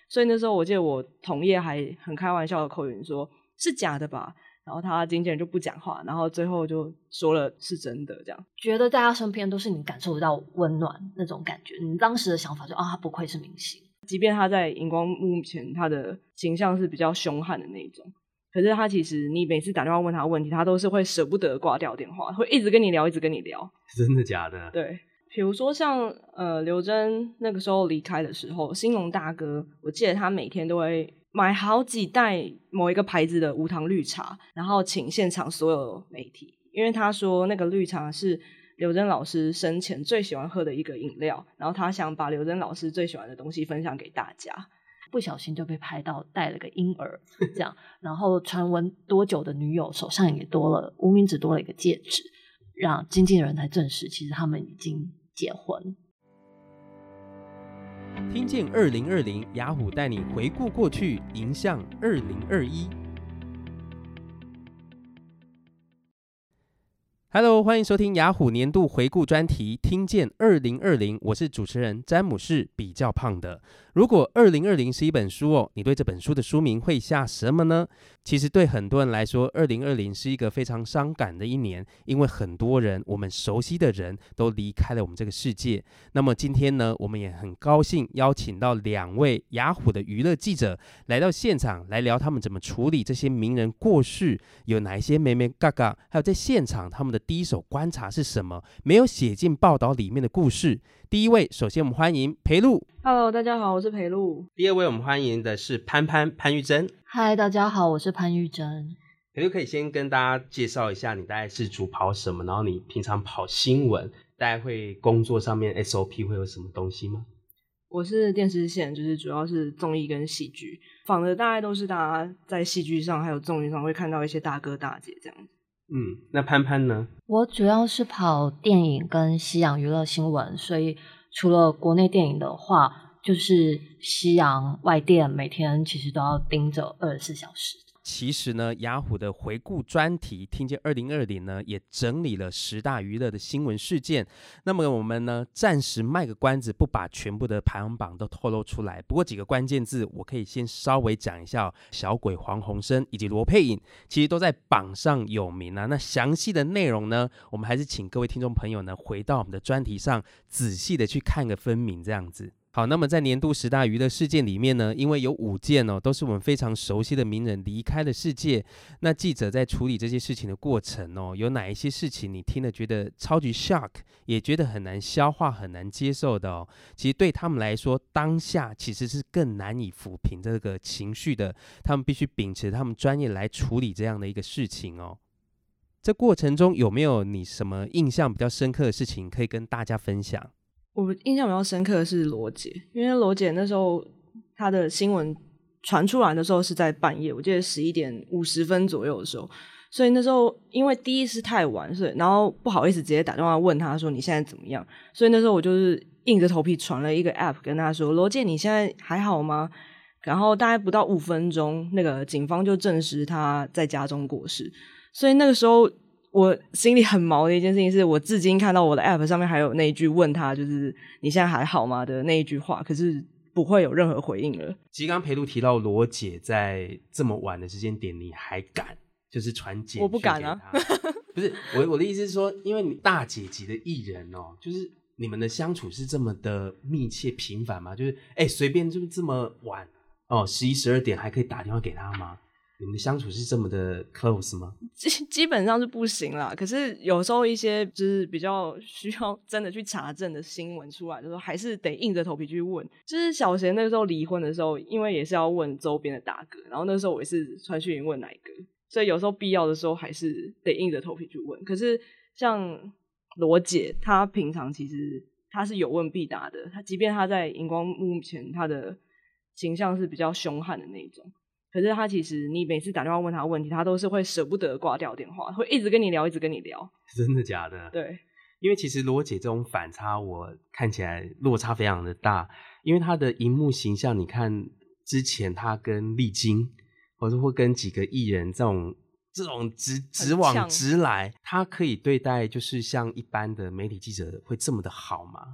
所以那时候我记得我同业还很开玩笑的口语说是假的吧，然后他经纪人就不讲话，然后最后就说了是真的这样。 觉得在他身边都是你感受得到温暖那种感觉，你当时的想法就他不愧是明星。 即便他在荧光幕前他的形象是比较凶悍的那种，可是他其实你每次打电话问他问题，他都是会舍不得挂掉电话，会一直跟你聊一直跟你聊。 真的假的？ 对，比如说像刘真那个时候离开的时候，兴隆大哥我记得他每天都会买好几袋某一个牌子的无糖绿茶，然后请现场所有媒体，因为他说那个绿茶是刘真老师生前最喜欢喝的一个饮料，然后他想把刘真老师最喜欢的东西分享给大家。 不小心就被拍到带了个婴儿这样然后传闻多久的女友手上也多了无名指多了一个戒指，让经纪人才证实其实他们已经结婚。 听见2020，雅虎带你回顾过去，迎向2021。Hello， 欢迎收听雅虎年度回顾专题，听见2020，我是主持人詹姆士，比较胖的。如果2020是一本书你对这本书的书名会下什么呢？其实对很多人来说，2020是一个非常伤感的一年，因为很多人，我们熟悉的人都离开了我们这个世界。那么今天呢，我们也很高兴邀请到2位雅虎的娱乐记者来到现场，来聊他们怎么处理这些名人过世，有哪一些眉眉角角，还有在现场他们的第一手观察是什么，没有写进报道里面的故事。第一位，首先我们欢迎培露。 Hello， 大家好，我是培露。 第二位我们欢迎的是潘玉珍。 嗨，大家好，我是潘玉珍。 培露可以先跟大家介绍一下你大概是主跑什么，然后你平常跑新闻，大概会工作上面 SOP 会有什么东西吗？ 我是电视线，就是主要是综艺跟戏剧，访的大概都是大家在戏剧上还有综艺上会看到一些大哥大姐这样子。 那潘呢？ 我主要是跑电影跟西洋娱乐新闻，所以除了国内电影的话，就是西洋外电每天其实都要盯着24小时。 其实呢，雅虎的回顾专题听见2020呢，也整理了10大娱乐的新闻事件。那么我们呢，暂时卖个关子，不把全部的排行榜都透露出来。不过几个关键字，我可以先稍微讲一下小鬼黄鸿升以及罗佩颖，其实都在榜上有名啊。那详细的内容呢，我们还是请各位听众朋友呢，回到我们的专题上，仔细的去看个分明，这样子。好，那么在年度10大娱乐事件里面呢，因为有5件都是我们非常熟悉的名人离开了世界。那记者在处理这些事情的过程有哪一些事情你听了觉得超级 shock， 也觉得很难消化很难接受的其实对他们来说，当下其实是更难以抚平这个情绪的，他们必须秉持他们专业来处理这样的一个事情这过程中有没有你什么印象比较深刻的事情可以跟大家分享？ 我印象比较深刻的是罗姐，因为罗姐那时候她的新闻传出来的时候是在半夜，我记得11点50分左右的时候，所以那时候因为第一是太晚，所以然后不好意思直接打电话问她说你现在怎么样，所以那时候我就是硬着头皮传了一个 app 跟她说罗姐你现在还好吗？然后大概不到5分钟，那个警方就证实她在家中过世。所以那个时候我心里很毛的一件事情是，我至今看到我的 app 上面还有那一句问他就是你现在还好吗的那一句话，可是不会有任何回应了。 其实刚刚培露提到罗姐在这么晚的时间点你还敢就是传简讯？ 我不敢啊不是我的意思是说，因为你大姐级的艺人就是你们的相处是这么的密切频繁吗？就是随便就这么晚11、12点还可以打电话给他吗？你们的相处是这么的 close 吗？ 基本上是不行啦，可是有时候一些就是比较需要真的去查证的新闻出来的时候，还是得硬着头皮去问。就是小贤那个时候离婚的时候，因为也是要问周边的大哥，然后那时候我也是传讯问奶哥，所以有时候必要的时候还是得硬着头皮去问。可是像罗姐，她平常其实她是有问必答的，她即便她在荧光幕前她的形象是比较凶悍的那种，可是他其实你每次打电话问他问题，他都是会舍不得挂掉电话，会一直跟你聊一直跟你聊。 真的假的？ 对，因为其实罗姐这种反差我看起来落差非常的大，因为她的荧幕形象你看之前她跟丽晶或者会跟几个艺人这种直往直来，她可以对待就是像一般的媒体记者会这么的好吗？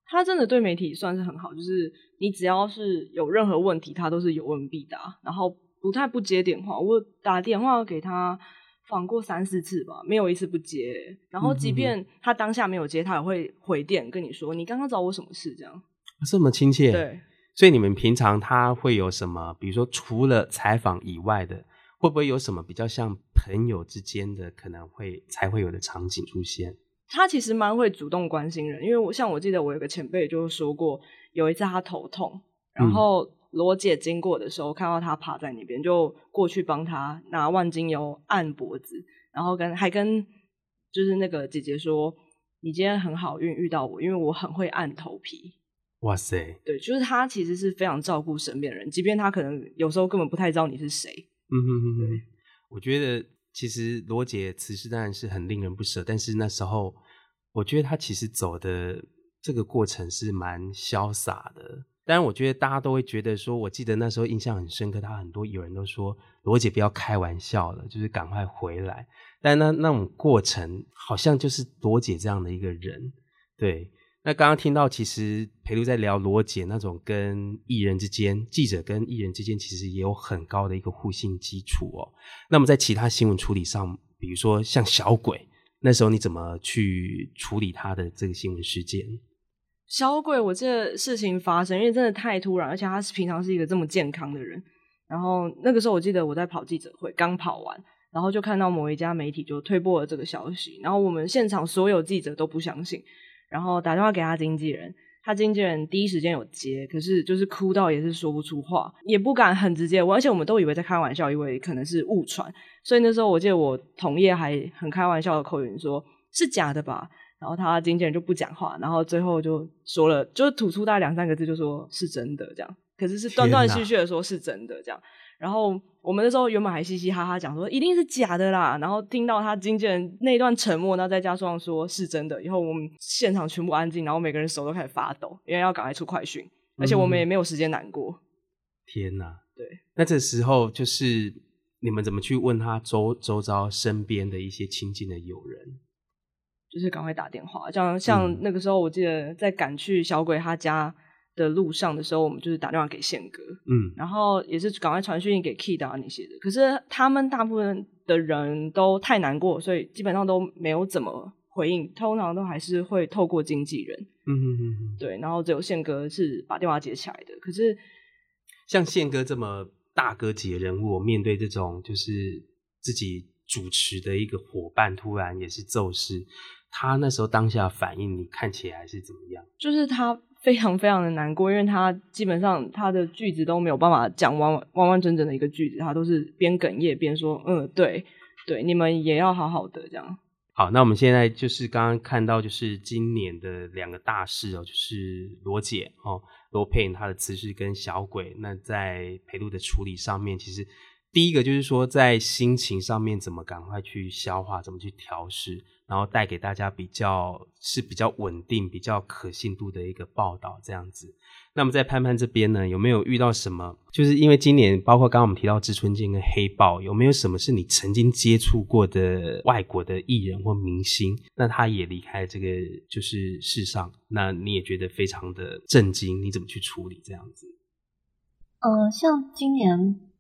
他真的对媒体算是很好，就是你只要是有任何问题，他都是有问必答，然后不接电话。我打电话给他访过3-4次吧，没有一次不接。然后即便他当下没有接，他也会回电跟你说你刚刚找我什么事这样。 这么亲切。 对， 所以你们平常他会有什么，比如说除了采访以外的，会不会有什么比较像朋友之间的可能才会有的场景出现？ 他其实蛮会主动关心人，因为我记得我有个前辈就说过，有一次他头痛，然后罗姐经过的时候看到他趴在那边，就过去帮他拿万金油按脖子，然后还跟就是那个姐姐说，你今天很好运遇到我，因为我很会按头皮。 哇塞， 对，就是他其实是非常照顾身边的人，即便他可能有时候根本不太知道你是谁。对， 我觉得其实罗姐辞世当然是很令人不舍，但是那时候我觉得她其实走的这个过程是蛮潇洒的。当然我觉得大家都会觉得说，我记得那时候印象很深刻，有人都说罗姐不要开玩笑了，就是赶快回来。但那种过程好像就是罗姐这样的一个人。对，那刚刚听到其实培露在聊罗姐那种跟艺人之间，记者跟艺人之间其实也有很高的一个互信基础哦。那么在其他新闻处理上，比如说像小鬼，那时候你怎么去处理他的这个新闻事件？ 小鬼我记得事情发生因为真的太突然，而且他平常是一个这么健康的人，然后那个时候我记得我在跑记者会，刚跑完，然后就看到某一家媒体就推播了这个消息，然后我们现场所有记者都不相信，然后打电话给他经纪人，他经纪人第一时间有接，可是就是哭到也是说不出话，也不敢很直接问，而且我们都以为在开玩笑，以为可能是误传，所以那时候我记得我同业还很开玩笑的口语说是假的吧，然后他经纪人就不讲话，然后最后就说了，就吐出大概2-3个字就说是真的这样，可是是断断续续的说是真的这样，然后我们那时候原本还嘻嘻哈哈讲说一定是假的啦，然后听到他经纪人那一段沉默，然后再加上说是真的以后，我们现场全部安静，然后每个人手都开始发抖，因为要赶快出快讯，而且我们也没有时间难过。 天哪， 对， 那这时候就是你们怎么去问他周遭身边的一些亲近的友人？ 就是赶快打电话，像那个时候我记得在赶去小鬼他家的路上的时候，我们就是打电话给宪哥，然后也是赶快传讯给 Kid 啊那些的，可是他们大部分的人都太难过，所以基本上都没有怎么回应，通常都还是会透过经纪人，对，然后只有宪哥是把电话接起来的。可是像宪哥这么大哥级的人物，面对这种就是自己主持的一个伙伴突然也是骤逝，他那时候当下反应你看起来是怎么样？就是他非常非常的难过，因为他基本上他的句子都没有办法讲完完整整的一个句子，他都是边哽咽边说对，你们也要好好的这样。 好，那我们现在就是刚刚看到就是今年的2个大事哦，就是罗姐罗佩她的辞世跟小鬼，那在培露的处理上面，其实第一个就是说在心情上面怎么赶快去消化，怎么去调试，然后带给大家比较稳定比较可信度的一个报道这样子。那么在潘潘这边呢，有没有遇到什么，就是因为今年包括刚刚我们提到志春健跟黑豹，有没有什么是你曾经接触过的外国的艺人或明星，那他也离开这个就是世上，那你也觉得非常的震惊，你怎么去处理这样子？ 像今年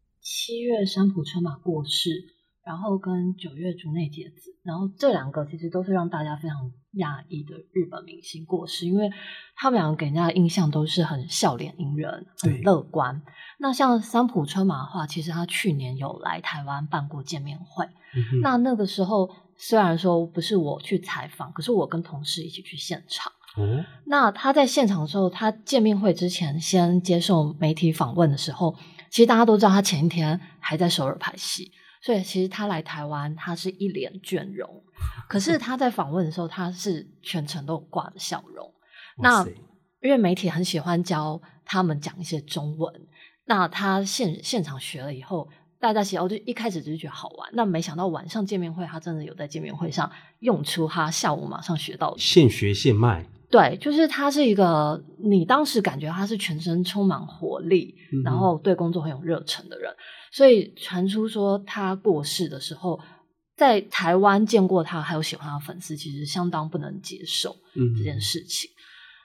7月山浦春马过世，然后跟9月竹内结子，然后这2个其实都是让大家非常讶异的日本明星过世，因为他们2个给人家的印象都是很笑脸迎人，很乐观。那像山浦春马的话，其实他去年有来台湾办过见面会，那个时候虽然说不是我去采访，可是我跟同事一起去现场。那他在现场的时候，他见面会之前先接受媒体访问的时候，其实大家都知道他前一天还在首尔拍戏，所以其实他来台湾他是一脸倦容，可是他在访问的时候他是全程都有挂着笑容。那因为媒体很喜欢教他们讲一些中文，那他现场学了以后，大家其实就一开始只是觉得好玩，那没想到晚上见面会他真的有在见面会上用出他下午马上学到的， 现学现卖。 对，就是他是一个你当时感觉他是全身充满活力，然后对工作很有热忱的人，所以传出说他过世的时候，在台湾见过他还有喜欢他的粉丝其实相当不能接受这件事情。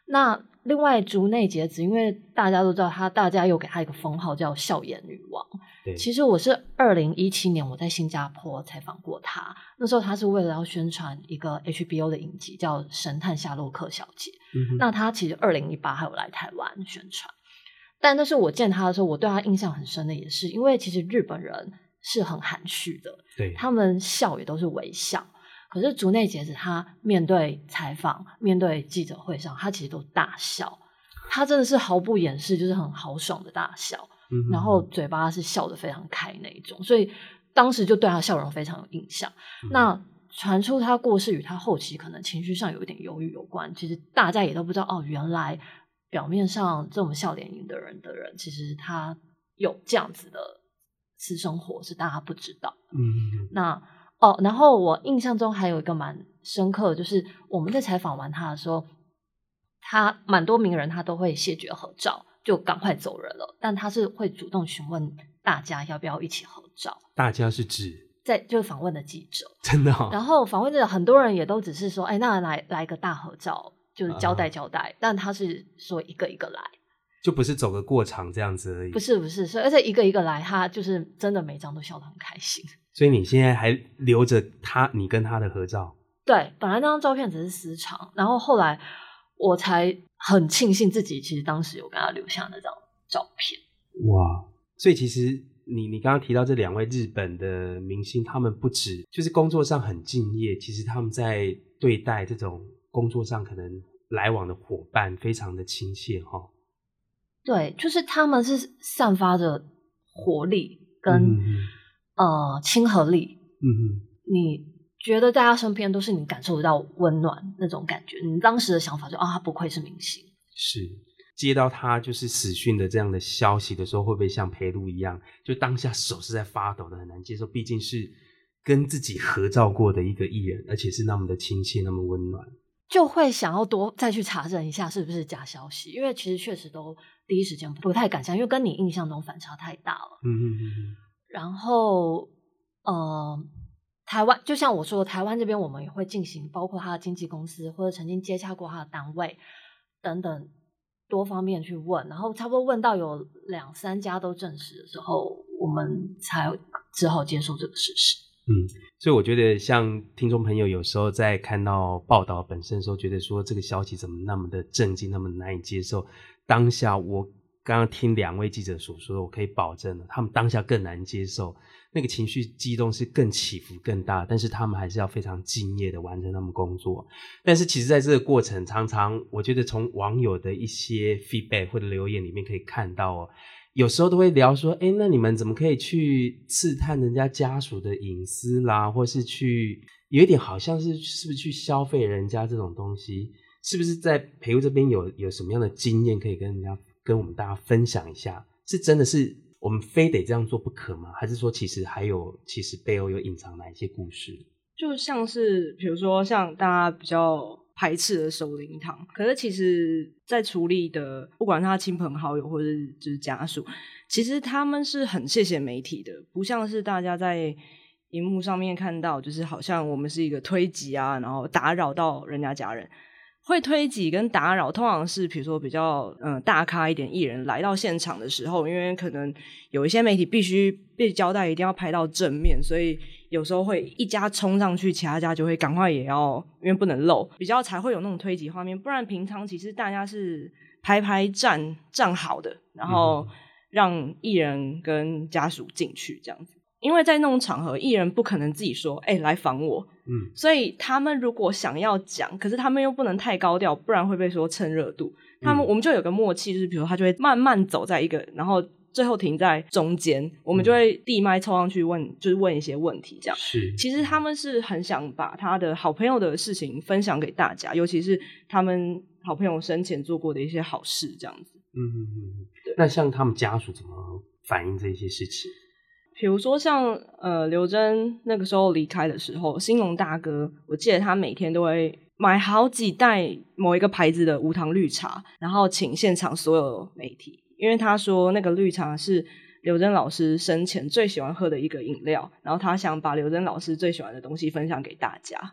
那另外竹内结子，因为大家都知道大家又给她一个封号叫笑颜女王。 对， 其实我是2017年我在新加坡采访过她，那时候她是为了要宣传一个 HBO 的影集叫《神探夏洛克小姐》。那她其实2018还有来台湾宣传，但那是我见她的时候，我对她印象很深的也是因为其实日本人是很含蓄的， 对， 他们笑也都是微笑。可是竹内结子她面对采访面对记者会上，她其实都大笑，她真的是毫不掩饰，就是很豪爽的大笑，然后嘴巴是笑得非常开那一种，所以当时就对她笑容非常有印象。那传出她过世与她后期可能情绪上有一点忧郁有关，其实大家也都不知道哦，原来表面上这么笑脸迎的人其实他有这样子的私生活是大家不知道的。那然后我印象中还有一个蛮深刻的，就是我们在采访完他的时候，他蛮多名人他都会谢绝合照，就赶快走人了，但他是会主动询问大家要不要一起合照。 大家是指就是访问的记者， 真的然后访问的很多人也都只是说，那来个大合照，就是交代，但他是说一个一个来， 就不是走个过场这样子而已。 不是，所以而且一个一个来，他就是真的每张都笑得很开心。 所以你现在还留着你跟他的合照？ 对，本来那张照片只是私藏，然后后来我才很庆幸自己其实当时有跟他留下那张照片。 哇，所以其实你刚刚提到这2位日本的明星，他们不止就是工作上很敬业，其实他们在对待这种工作上可能来往的伙伴非常的亲切齁。 对，就是他们是散发着活力跟亲和力。你觉得在他身边都是你感受得到温暖那种感觉，你当时的想法就他不愧是明星。 是接到他就是死讯的这样的消息的时候，会不会像裴露一样，就当下手是在发抖的，很难接受，毕竟是跟自己合照过的一个艺人，而且是那么的亲切那么温暖， 就会想要多再去查证一下是不是假消息，因为其实确实都第一时间不太敢相信，因为跟你印象中反差太大了。然后台湾就像我说的，台湾这边我们也会进行包括他的经纪公司或者曾经接洽过他的单位等等多方面去问，然后差不多问到有2-3家都证实的时候，我们才只好接受这个事实。 所以我觉得像听众朋友有时候在看到报道本身的时候，觉得说这个消息怎么那么的震惊，那么难以接受，当下我刚刚听2位记者所说的，我可以保证他们当下更难接受，那个情绪激动是更起伏更大，但是他们还是要非常敬业的完成他们工作。但是其实在这个过程，常常我觉得从网友的一些 feedback 或者留言里面可以看到有时候都会聊说，那你们怎么可以去刺探人家家属的隐私啦，或是去有一点好像是不是去消费人家这种东西，是不是在培育这边有什么样的经验可以跟我们大家分享一下？是真的是我们非得这样做不可吗？还是说其实背后有隐藏哪一些故事？ 就像是比如说像大家比较排斥的守灵堂，可是其实在处理的不管他亲朋好友或者就是家属，其实他们是很谢谢媒体的，不像是大家在荧幕上面看到就是好像我们是一个推挤啊，然后打扰到人家家人。会推挤跟打扰通常是比如说比较大咖一点艺人来到现场的时候，因为可能有一些媒体必须被交代一定要拍到正面，所以有时候会一家冲上去，其他家就会赶快也要，因为不能漏，比较才会有那种推挤画面，不然平常其实大家是排站好的，然后让艺人跟家属进去这样子。因为在那种场合艺人不可能自己说来访我，所以他们如果想要讲，可是他们又不能太高调，不然会被说蹭热度。我们就有个默契，就是比如说他就会慢慢走在一个，然后最后停在中间，我们就会递麦凑上去问一些问题这样。 是，其实他们是很想把他的好朋友的事情分享给大家，尤其是他们好朋友生前做过的一些好事这样子。 那像他们家属怎么反映这些事情？ 比如说像刘真那个时候离开的时候，兴隆大哥我记得他每天都会买好几袋某一个牌子的无糖绿茶，然后请现场所有媒体，因为他说那个绿茶是刘真老师生前最喜欢喝的一个饮料，然后他想把刘真老师最喜欢的东西分享给大家。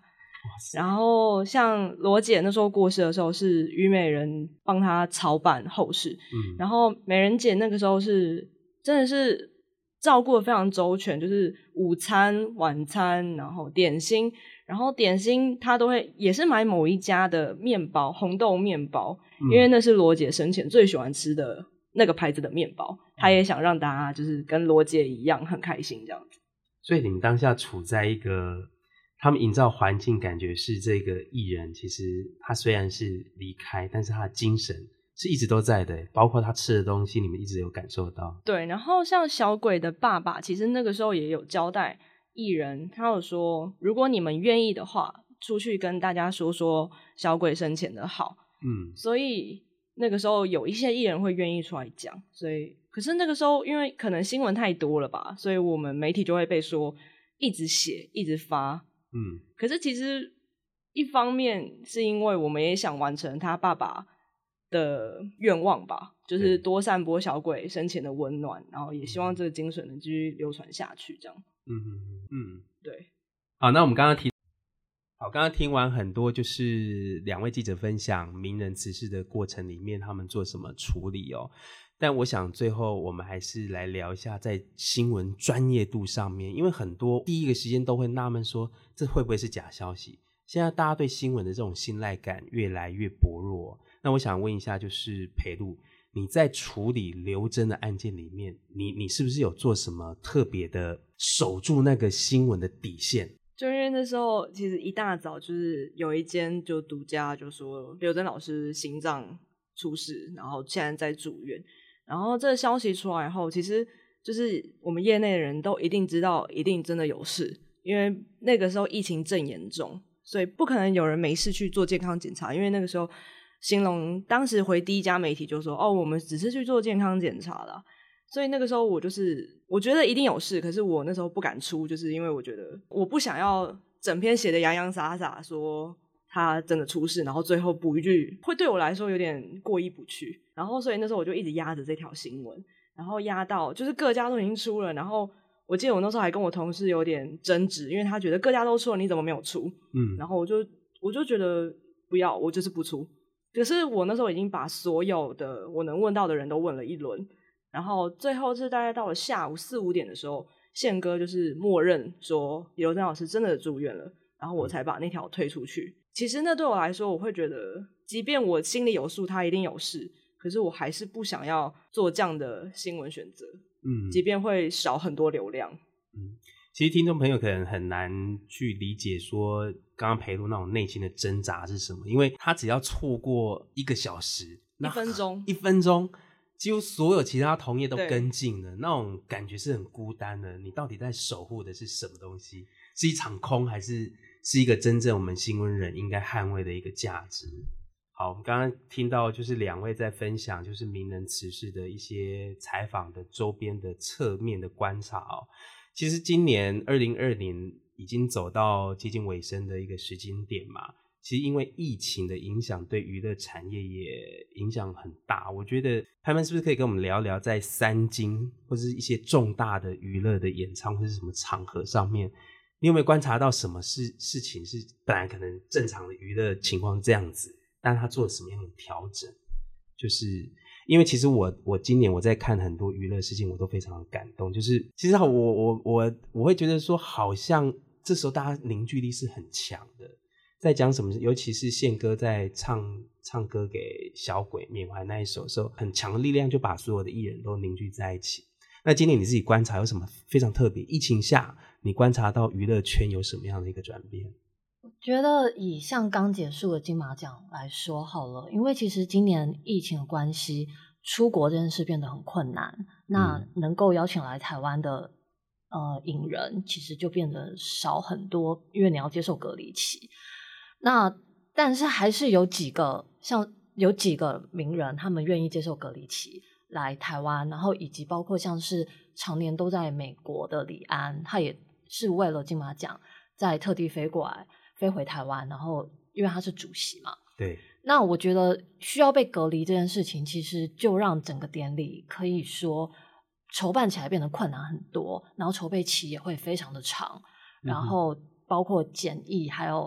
然后像罗姐那时候过世的时候，是虞美人帮她操办后事，然后美人姐那个时候是真的是照顾得非常周全，就是午餐、晚餐，然后点心，然后点心她都会也是买某一家的面包，红豆面包，因为那是罗姐生前最喜欢吃的那个牌子的面包，她也想让大家就是跟罗姐一样很开心这样子。 所以你们当下处在一个他们营造环境，感觉是这个艺人其实他虽然是离开，但是他的精神是一直都在的，包括他吃的东西你们一直有感受到。 对，然后像小鬼的爸爸其实那个时候也有交代艺人，他有说如果你们愿意的话出去跟大家说说小鬼生前的好，所以那个时候有一些艺人会愿意出来讲，所以可是那个时候因为可能新闻太多了吧，所以我们媒体就会被说一直写一直发，可是其实一方面是因为我们也想完成他爸爸的愿望吧，就是多散播小鬼生前的温暖，然后也希望这个精神能继续流传下去这样。对。 好，那我们刚刚听完很多，就是两位记者分享名人辞世的过程里面他们做什么处理哦。但我想最后我们还是来聊一下在新闻专业度上面，因为很多第一个时间都会纳闷说这会不会是假消息，现在大家对新闻的这种信赖感越来越薄弱。那我想问一下，就是培露，你在处理刘真的案件里面，你是不是有做什么特别的守住那个新闻的底线？ 就因为那时候其实一大早就是有一间就独家就说刘真老师心脏出事，然后现在在住院，然后这个消息出来后，其实就是我们业内的人都一定知道一定真的有事，因为那个时候疫情正严重，所以不可能有人没事去做健康检查，因为那个时候兴隆当时回第一家媒体就说我们只是去做健康检查啦，所以那个时候我觉得一定有事，可是我那时候不敢出，就是因为我觉得我不想要整篇写的洋洋洒洒说他真的出事，然后最后补一句会对我来说有点过意不去，然后所以那时候我就一直压着这条新闻，然后压到就是各家都已经出了，然后我记得我那时候还跟我同事有点争执，因为他觉得各家都出了你怎么没有出，然后我就觉得不要，我就是不出。可是我那时候已经把所有的我能问到的人都问了一轮，然后最后是大概到了下午4、5点的时候，宪哥就是默认说刘真老师真的住院了，然后我才把那条推出去。其实那对我来说，我会觉得即便我心里有数他一定有事，可是我还是不想要做这样的新闻选择，即便会少很多流量。 其实听众朋友可能很难去理解说刚刚培露那种内心的挣扎是什么，因为他只要错过1个小时1分钟几乎所有其他同业都跟进了，那种感觉是很孤单的。你到底在守护的是什么东西？是一场空，还是一个真正我们新闻人应该捍卫的一个价值？好，我们刚刚听到就是两位在分享就是名人辞世的一些采访的周边的侧面的观察哦。其实今年2020已经走到接近尾声的一个时间点嘛，其实因为疫情的影响，对娱乐产业也影响很大。我觉得潘潘是不是可以跟我们聊聊在三金或是一些重大的娱乐的演唱会是什么场合上面，你有没有观察到什么事情是本来可能正常的娱乐情况这样子，但他做了什么样的调整？就是因为其实我今年我在看很多娱乐事情，我都非常的感动。就是其实我会觉得说，好像这时候大家凝聚力是很强的。在讲什么，尤其是宪哥在唱歌给小鬼缅怀那一首的时候，很强的力量就把所有的艺人都凝聚在一起。那今年你自己观察有什么非常特别？疫情下你观察到娱乐圈有什么样的一个转变？ 我觉得以像刚结束的金马奖来说好了，因为其实今年疫情的关系，出国这件事变得很困难，那能够邀请来台湾的影人其实就变得少很多，因为你要接受隔离期。那但是还是有几个名人他们愿意接受隔离期来台湾，然后以及包括像是常年都在美国的李安，他也是为了金马奖在特地飞回台湾，然后因为他是主席嘛， 对。 那我觉得需要被隔离这件事情，其实就让整个典礼可以说筹办起来变得困难很多，然后筹备期也会非常的长，然后包括检疫还有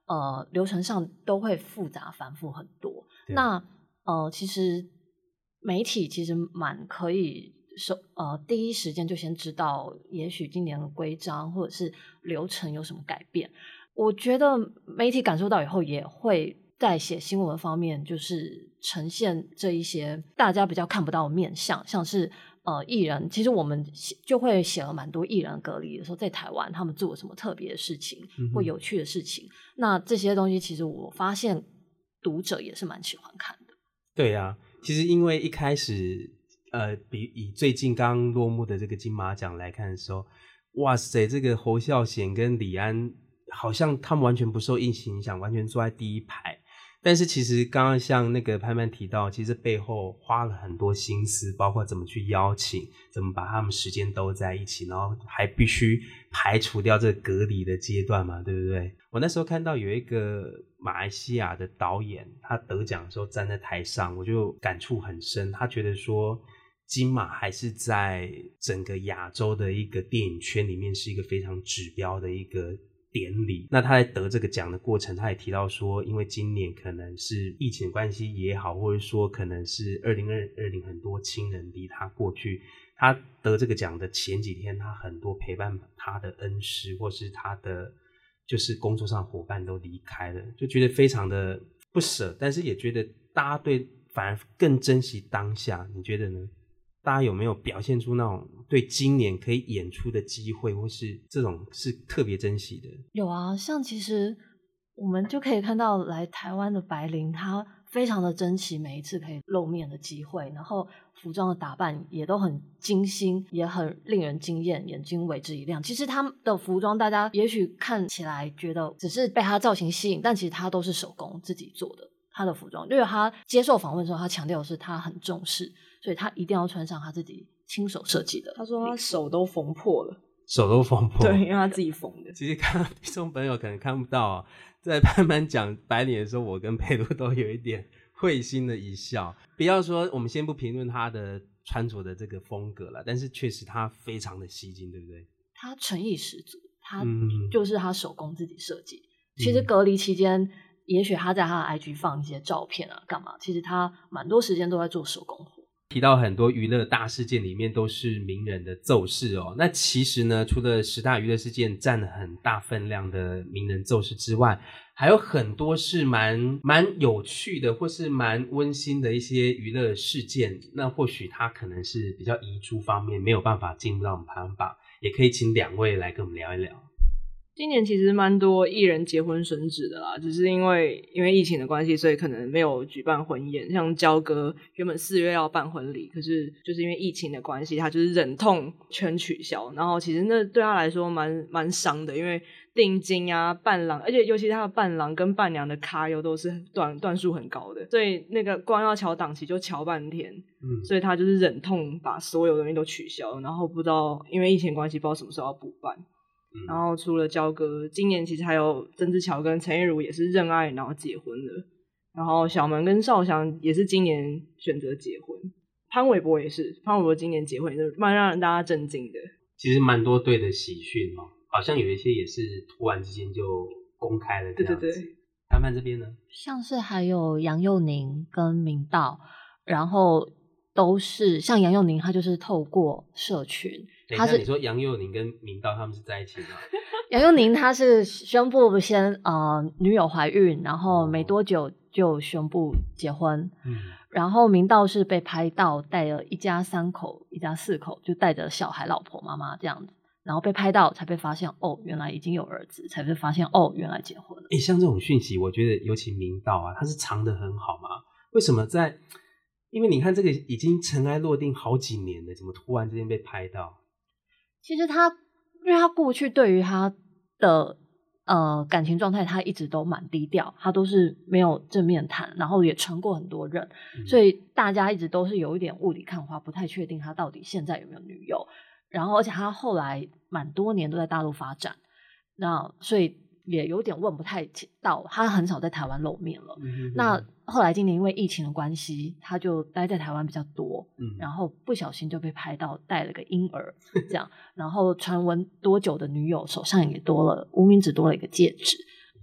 流程上都会复杂繁复很多。那其实媒体其实蛮可以第一时间就先知道，也许今年的规章或者是流程有什么改变。我觉得媒体感受到以后，也会在写新闻方面，就是呈现这一些大家比较看不到的面向，像是艺人，其实我们就会写了蛮多艺人隔离的时候，在台湾他们做了什么特别的事情或有趣的事情。那这些东西其实我发现读者也是蛮喜欢看的。 对啊，其实因为一开始以最近刚落幕的这个金马奖来看的时候，哇塞，这个侯孝贤跟李安好像他们完全不受疫情影响，完全坐在第一排。但是其实刚刚像那个潘潘提到，其实背后花了很多心思，包括怎么去邀请，怎么把他们时间都在一起，然后还必须排除掉这个隔离的阶段嘛，对不对？我那时候看到有一个马来西亚的导演，他得奖的时候站在台上，我就感触很深。他觉得说金马还是在整个亚洲的一个电影圈里面是一个非常指标的一个典礼。那他在得这个奖的过程，他也提到说，因为今年可能是疫情关系也好，或者说可能是2020很多亲人离他过去，他得这个奖的前几天，他很多陪伴他的恩师或是他的就是工作上的伙伴都离开了，就觉得非常的不舍，但是也觉得大家反而更珍惜当下。你觉得呢？大家有没有表现出那种对今年可以演出的机会，或是这种是特别珍惜的？ 有啊，像其实我们就可以看到来台湾的白灵，他非常的珍惜每一次可以露面的机会，然后服装的打扮也都很精心，也很令人惊艳，眼睛为之一亮。其实他的服装大家也许看起来觉得只是被他造型吸引，但其实他都是手工自己做的。他的服装，因为他接受访问的时候，他强调的是他很重视，所以他一定要穿上他自己亲手设计的。 他说他手都缝破了， 手都缝破， 对，因为他自己缝的。 其实看听众朋友可能看不到在潘潘讲白领的时候，我跟佩鲁都有一点会心的一笑。不要说我们先不评论他的穿着的这个风格了，但是确实他非常的吸睛，对不对？ 他诚意十足，他就是他手工自己设计。其实隔离期间，也许他在他的 IG 放一些照片啊，干嘛？其实他蛮多时间都在做手工活。 提到很多娱乐大事件里面都是名人的奏事哦，那其实呢，除了10大娱乐事件占了很大分量的名人奏事之外，还有很多是蛮有趣的或是蛮温馨的一些娱乐事件。那或许他可能是比较遗珠方面没有办法进入到我们排行榜，也可以请2位来跟我们聊一聊。 今年其实蛮多艺人结婚生子的啦，只是因为疫情的关系，所以可能没有举办婚宴。像焦哥原本4月要办婚礼，可是就是因为疫情的关系，他就是忍痛全取消。然后其实那对他来说蛮伤的，因为定金啊、伴郎，而且尤其他的伴郎跟伴娘的咖又都是段数很高的，所以那个光要瞧档期就瞧半天。所以他就是忍痛把所有东西都取消，然后不知道因为疫情关系，不知道什么时候要补办。然后除了焦哥，今年其实还有曾之乔跟陈亦儒也是认爱然后结婚了，然后小门跟少祥也是今年选择结婚，潘玮柏也是，潘玮柏今年结婚也是蛮让大家震惊的。 其实蛮多对的喜讯哦，好像有一些也是突然之间就公开了这样子。对。潘潘这边呢， 像是还有杨佑宁跟明道，然后都是像杨佑宁，他就是透过社群。 等一下，你说杨佑宁跟明道他们是在一起吗？ 杨佑宁他是宣布先女友怀孕，然后没多久就宣布结婚。然后明道是被拍到带了一家3口、一家4口，就带着小孩、老婆、妈妈这样子，然后被拍到才被发现原来已经有儿子，才被发现原来结婚了。 像这种讯息，我觉得尤其明道啊，他是藏得很好嘛。为什么因为你看这个已经尘埃落定好几年了，怎么突然之间被拍到？ 其实因为他过去对于他的感情状态，他一直都蛮低调，他都是没有正面谈，然后也传过很多人，所以大家一直都是有一点雾里看花，不太确定他到底现在有没有女友。然后而且他后来蛮多年都在大陆发展，那所以也有点问不太到，他很少在台湾露面了。那后来今年因为疫情的关系，他就待在台湾比较多，然后不小心就被拍到带了个婴儿这样，然后传闻多久的女友手上也多了无名指多了一个戒指，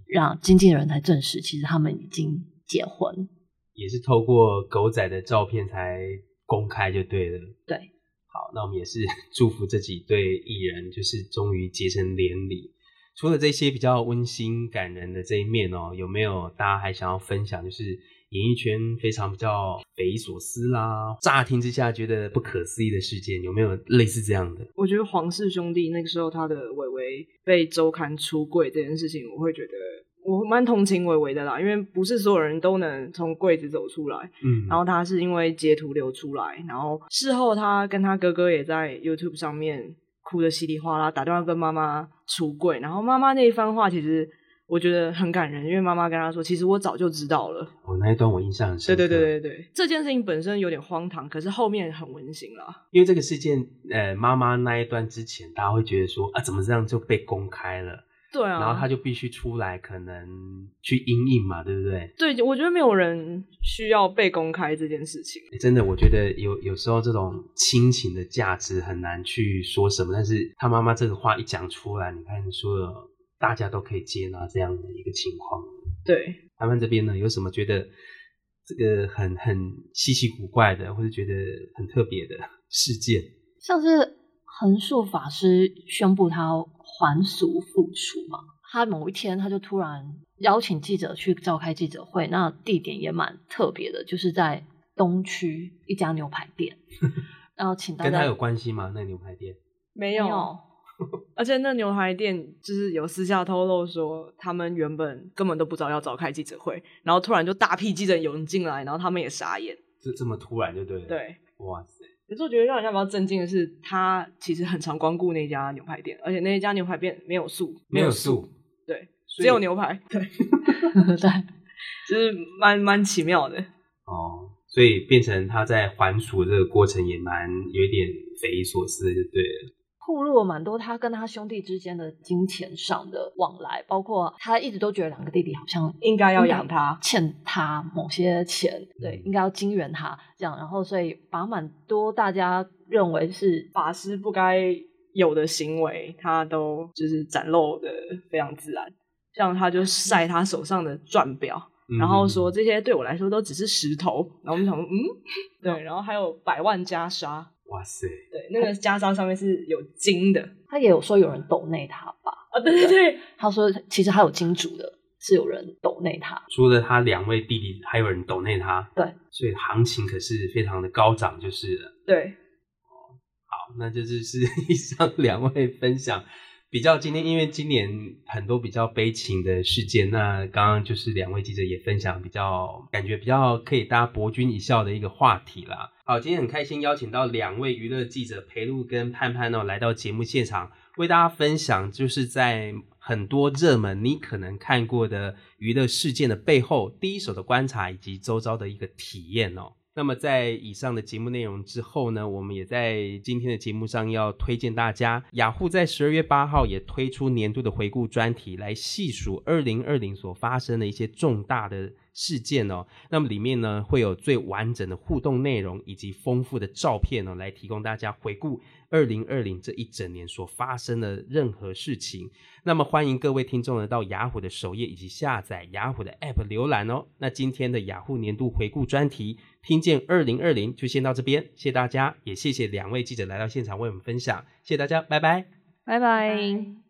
让经纪人才证实，其实他们已经结婚。 也是透过狗仔的照片才公开就对了。 对， 好，那我们也是祝福这几对艺人，就是终于结成连理。除了这些比较温馨感人的这一面哦，有没有大家还想要分享？就是演艺圈非常比较匪夷所思啦，乍听之下觉得不可思议的事件，有没有类似这样的？ 我觉得黄氏兄弟那个时候他的伟伟被周刊出柜这件事情，我会觉得我蛮同情伟伟的啦，因为不是所有人都能从柜子走出来。然后他是因为截图流出来，然后事后他跟他哥哥也在 YouTube 上面哭得稀里哗啦，打电话跟妈妈出柜，然后妈妈那一番话其实我觉得很感人，因为妈妈跟他说其实我早就知道了。 那一段我印象很深刻。 对，这件事情本身有点荒唐，可是后面很温馨啦。 因为这个事件妈妈那一段之前大家会觉得说怎么这样就被公开了。 对啊， 然后他就必须出来可能去因应嘛，对不对？ 对，我觉得没有人需要被公开这件事情。 真的我觉得有时候这种亲情的价值很难去说什么，但是他妈妈这个话一讲出来，你看说大家都可以接纳这样的一个情况。 对， 他们这边呢有什么觉得这个很稀奇古怪的，或者觉得很特别的事件？ 像是横竖法师宣布他还俗复出嘛，他某一天他就突然邀请记者去召开记者会，那地点也蛮特别的，就是在东区一家牛排店然后请大家。 跟他有关系吗？那牛排店没有而且那牛排店就是有私下透露说他们原本根本都不知道要召开记者会，然后突然就大批记者涌进来，然后他们也傻眼。 这么突然就对了。 对， 哇塞！ 可是我觉得让人家比较震惊的是，他其实很常光顾那家牛排店，而且那家牛排店没有素，对，只有牛排，对， 对， 就是蛮奇妙的。 所以变成他在还俗这个过程也有一点匪夷所思，就对了。 暴露了蛮多他跟他兄弟之间的金钱上的往来，包括他一直都觉得两个弟弟好像应该要养他， 欠他某些钱，对，应该要金援他这样，然后所以把蛮多大家认为是法师不该有的行为，他都就是展露的非常自然。像他就晒他手上的钻表，然后说这些对我来说都只是石头，然后我们想说对，然后还有100万袈裟。 哇塞！ 对，那个袈裟上面是有金的。 他也有说有人抖内他吧？ 对， 他说其实还有金主的，是有人抖内他。 除了他2位弟弟，还有人抖内他。 对， 所以行情可是非常的高涨，就是了。 对， 好，那这就是以上2位分享。比较今天，因为今年很多比较悲情的事件，那刚刚就是2位记者也分享感觉比较可以大家博君一笑的一个话题啦。好，今天很开心邀请到2位娱乐记者培露跟盼盼来到节目现场，为大家分享就是在很多热门你可能看过的娱乐事件的背后第一手的观察以及周遭的一个体验哦。那么在以上的节目内容之后呢，我们也在今天的节目上要推荐大家，雅虎在12月8号也推出年度的回顾专题，来细数2020所发生的一些重大的事件哦。那么里面呢会有最完整的互动内容以及丰富的照片哦，来提供大家回顾2020这一整年所发生的任何事情。那么欢迎各位听众呢到雅虎的首页以及下载雅虎的 App 浏览哦。那今天的雅虎年度回顾专题听见2020就先到这边，谢谢大家，也谢谢2位记者来到现场为我们分享，谢谢大家，拜拜， 拜拜。